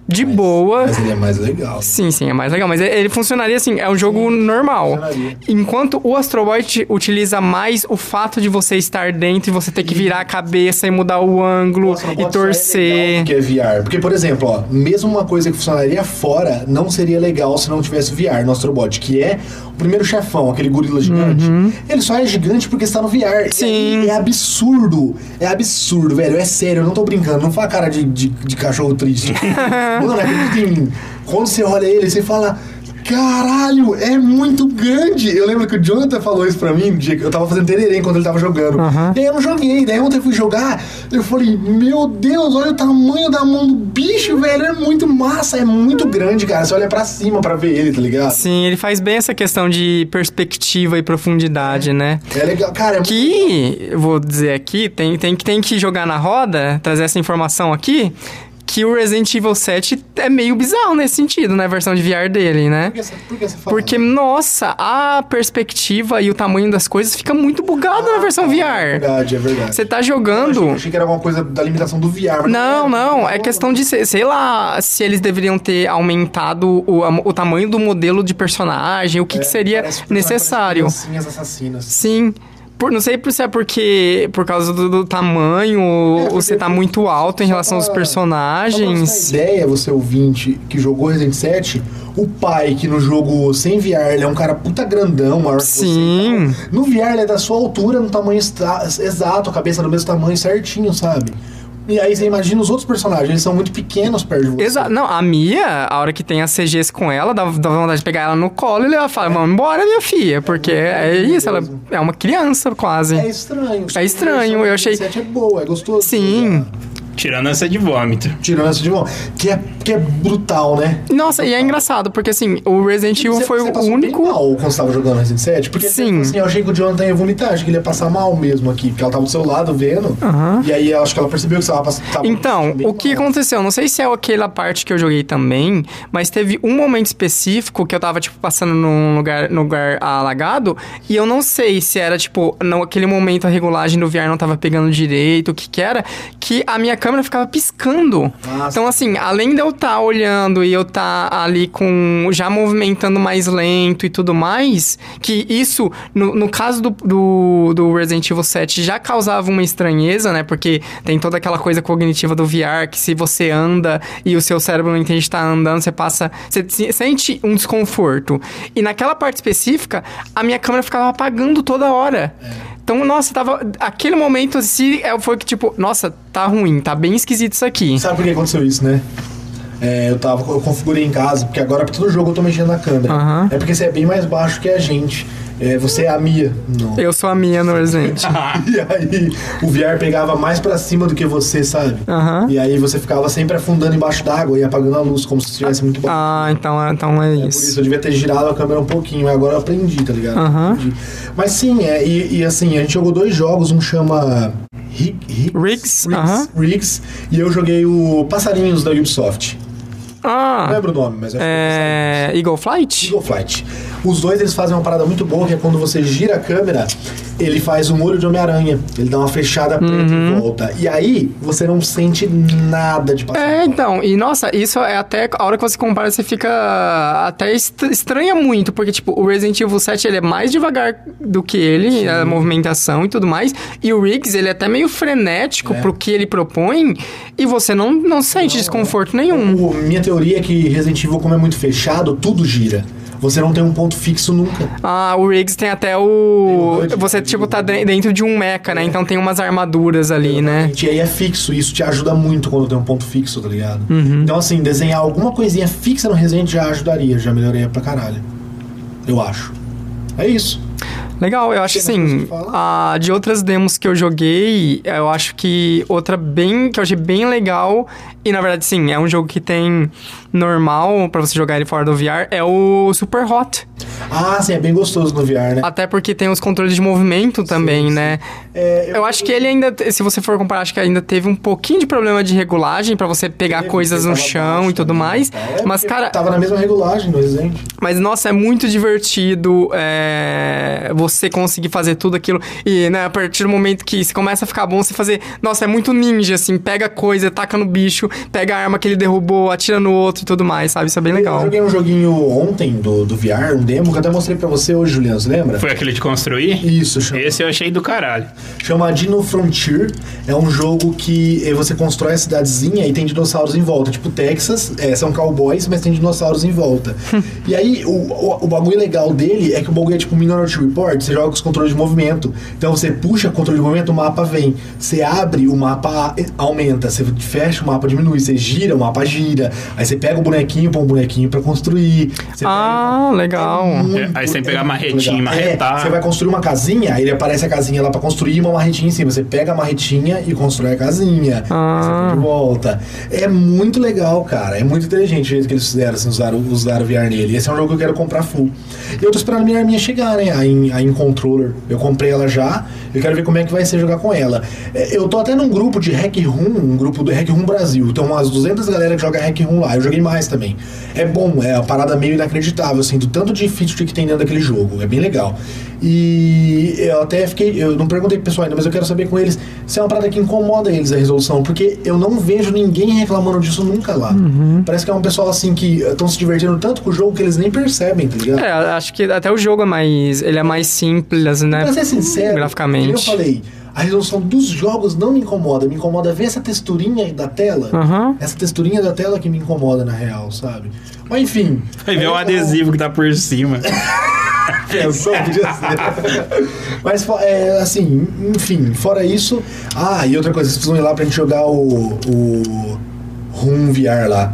de boa. Mas ele é mais legal. Sim, é mais legal. Mas ele funcionaria assim, é um jogo normal. Funcionaria. Enquanto o Astro Boy utiliza mais o fato de você estar dentro e você ter que virar a cabeça e mudar o ângulo Nossa, não e pode ser torcer. legal porque é VR. Porque, por exemplo, ó, mesmo uma coisa que funcionaria fora, não seria legal se não tivesse VR no Astrobot, que é o primeiro chefão, aquele gorila gigante. Ele só é gigante porque está no VR. Sim. E aí é absurdo. É absurdo, velho. É sério, eu não tô brincando. Não faz cara de cachorro triste. Mano, acredita em mim. Quando você olha ele, você fala... Caralho, é muito grande. Eu lembro que o Jonathan falou isso pra mim no dia que eu tava fazendo tererê enquanto ele tava jogando. E aí eu não joguei. Daí ontem eu fui jogar, eu falei, meu Deus, olha o tamanho da mão do bicho, velho. É muito massa, é muito grande, cara. Você olha pra cima pra ver ele, tá ligado? Sim, ele faz bem essa questão de perspectiva e profundidade, né? É legal, cara. Que, vou dizer aqui, tem que jogar na roda, trazer essa informação aqui, que o Resident Evil 7 é meio bizarro nesse sentido, né? A versão de VR dele, né? Por que você fala? Porque, nossa, a perspectiva e o tamanho das coisas fica muito bugado na versão VR. É verdade. Você tá jogando... Eu achei que era alguma coisa da limitação do VR. Mas Não. É questão de, sei lá, se eles deveriam ter aumentado o tamanho do modelo de personagem, o que seria necessário. Criancinhas assassinas. Sim. Não sei se é porque por causa do tamanho ou você tá muito alto em relação aos personagens. Só pra ideia, você ouvinte que jogou Resident 7, o pai que no jogo sem VR ele é um cara puta grandão, maior que você. Sim. No VR ele é da sua altura, no tamanho exato, a cabeça do mesmo tamanho certinho, sabe? E aí você imagina os outros personagens, eles são muito pequenos perto de você. Exato. Não, a Mia, a hora que tem as CGs com ela, dá vontade de pegar ela no colo e ela fala, vamos embora, minha filha. Porque é isso, ela é uma criança quase. É estranho. É estranho, eu achei... 7 é boa, é gostoso. Sim. Tirando essa de vômito. Tirando essa de vômito. Que é brutal, né? Nossa, e é engraçado, porque assim, o Resident Evil foi o único... Bem mal quando você tava jogando Resident 7? Porque Sim. Assim, eu achei que o Jonathan ia vomitar, acho que ele ia passar mal mesmo aqui, porque ela tava do seu lado vendo, e aí eu acho que ela percebeu que você tava Então, o que aconteceu? Não sei se é aquela parte que eu joguei também, mas teve um momento específico que eu tava, tipo, passando num lugar alagado, e eu não sei se era, tipo, naquele momento a regulagem do VR não tava pegando direito, o que era, que a minha câmera ficava piscando. Nossa. Então, assim, além de eu estar olhando e eu estar ali já movimentando mais lento e tudo mais, que isso, no caso do Resident Evil 7, já causava uma estranheza, né? Porque tem toda aquela coisa cognitiva do VR, que se você anda e o seu cérebro não entende estar andando, você sente um desconforto. E naquela parte específica, a minha câmera ficava apagando toda hora. Então, nossa, aquele momento assim, foi que tipo, nossa, tá ruim, tá bem esquisito isso aqui. Sabe por que aconteceu isso, né? Eu configurei em casa, porque agora pra todo jogo eu tô mexendo na câmera. É porque você é bem mais baixo que a gente. Você é a Mia. Não. Eu sou a Mia no Resident. E aí o VR pegava mais pra cima do que você, sabe? E aí você ficava sempre afundando embaixo d'água e apagando a luz, como se estivesse muito baixo. Então é Por isso eu devia ter girado a câmera um pouquinho, mas agora eu aprendi, tá ligado? Aprendi. Mas sim, e assim, a gente jogou 2 jogos, um chama Riggs, e eu joguei o Passarinhos da Ubisoft. Não lembro o nome, mas acho que é Eagle Flight? Eagle Flight. Os dois, eles fazem uma parada muito boa, que é quando você gira a câmera, ele faz um olho de Homem-Aranha. Ele dá uma fechada preta em volta. E aí, você não sente nada de passar. Então, e nossa, isso é até... A hora que você compara, você fica... Até estranha muito, porque, tipo, o Resident Evil 7, ele é mais devagar do que ele, a movimentação e tudo mais. E o Riggs, ele é até meio frenético pro que ele propõe, e você não sente desconforto nenhum. Minha teoria é que Resident Evil, como é muito fechado, tudo gira. Você não tem um ponto fixo nunca. O Riggs tem até você, tipo, tá dentro de um mecha, né? Então tem umas armaduras ali, né? E aí é fixo. Isso te ajuda muito quando tem um ponto fixo, tá ligado? Então, assim, desenhar alguma coisinha fixa no Resident já ajudaria. Já melhoraria pra caralho. Eu acho. É isso. Legal, eu acho assim, de outras demos que eu joguei, eu acho que outra que eu achei bem legal, e na verdade sim, é um jogo que tem normal pra você jogar ele fora do VR, é o Super Hot. Sim, é bem gostoso no VR, né? Até porque tem os controles de movimento também, né? Eu acho que ele ainda, se você for comparar, acho que ainda teve um pouquinho de problema de regulagem pra você pegar coisas no chão e tudo mais. Mas, cara... Tava na mesma regulagem no Resident. Mas, nossa, é muito divertido você conseguir fazer tudo aquilo. E, né, a partir do momento que você começa a ficar bom, você fazer... Nossa, é muito ninja, assim. Pega coisa, taca no bicho. pega a arma que ele derrubou, atira no outro e tudo mais, sabe? Isso é bem legal. Eu joguei um joguinho ontem do VR, um demo, que eu até mostrei pra você hoje, Juliano, você lembra? Foi aquele de construir? Isso, Esse eu achei do caralho. Chama Dino Frontier. É um jogo que você constrói a cidadezinha e tem dinossauros em volta. Tipo Texas, são cowboys, mas tem dinossauros em volta. E aí, o bagulho legal dele é que o bagulho é tipo Minority Report, você joga com os controles de movimento. Então você puxa o controle de movimento, o mapa vem. Você abre, o mapa aumenta. Você fecha, o mapa diminui. Você gira, o mapa gira. Aí você pega o bonequinho, põe um bonequinho pra construir. Legal. Aí você tem que pegar a marretinha e marretar. Você vai construir uma casinha, aí aparece a casinha lá pra construir e uma marretinha em cima. Você pega a marretinha e constrói a casinha. Aí você põe de volta. É muito legal, cara. É muito inteligente o jeito que eles fizeram, assim, usaram o VR nele. Esse é um jogo que eu quero comprar full. E eu tô esperando a minha arminha chegar, né? A InController. Eu comprei ela já. Eu quero ver como é que vai ser jogar com ela. Eu tô até num grupo de Hack Room, um grupo do Hack Room Brasil. Tem umas 200 galera que joga Hack Room lá. Eu joguei mais também. É bom, é uma parada meio inacreditável, assim, do tanto de feature que tem dentro daquele jogo. É bem legal. E eu até fiquei... Eu não perguntei pro pessoal ainda, mas eu quero saber com eles se é uma parada que incomoda eles, a resolução. Porque eu não vejo ninguém reclamando disso nunca lá. Parece que é um pessoal, assim, que estão se divertindo tanto com o jogo que eles nem percebem, tá ligado? Acho que até o jogo ele é mais simples, né? Pra ser sincero, graficamente. Como eu falei, a resolução dos jogos não me incomoda. Me incomoda ver essa texturinha da tela. Essa texturinha da tela que me incomoda, na real, sabe? Mas enfim... Vai ver o adesivo que tá por cima. Pensou, podia ser. Mas, assim, enfim, fora isso... e outra coisa, vocês precisam ir lá pra gente jogar o Room VR lá.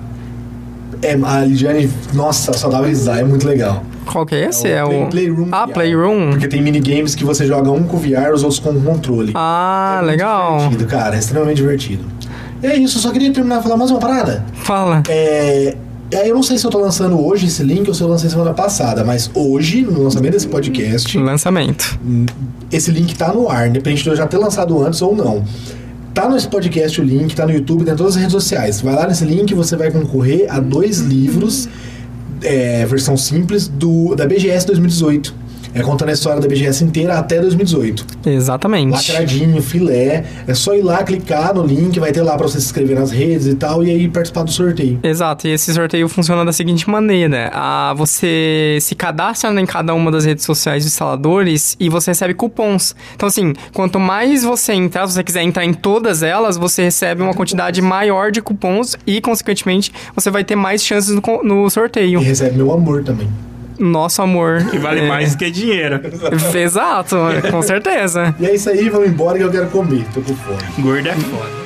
A Lidiane, nossa, só dava risada, é muito legal. Qual que é esse? Playroom VR. Playroom. Porque tem minigames que você joga um com VR, os outros com controle. Legal. É divertido, cara, é extremamente divertido. É isso, eu só queria terminar de falar mais uma parada. Fala. Eu não sei se eu tô lançando hoje esse link ou se eu lancei semana passada, mas hoje, no lançamento desse podcast... Lançamento. Esse link tá no ar, independente de eu já ter lançado antes ou não. Tá nesse podcast o link, tá no YouTube, tá em todas as redes sociais. Vai lá nesse link, você vai concorrer a 2 livros, versão simples, da BGS 2018. Contando a história da BGS inteira até 2018. Exatamente. Lacradinho, filé. É só ir lá, clicar no link, vai ter lá pra você se inscrever nas redes e tal, e aí participar do sorteio. Exato, e esse sorteio funciona da seguinte maneira. Você se cadastra em cada uma das redes sociais dos instaladores e você recebe cupons. Então, assim, quanto mais você entrar, se você quiser entrar em todas elas, você recebe uma quantidade maior de cupons e, consequentemente, você vai ter mais chances no sorteio. E recebe meu amor também. Nosso amor. Que vale mais do que dinheiro. Exato, com certeza. E é isso aí, vamos embora que eu quero comer. Tô com fome. Gordo é foda.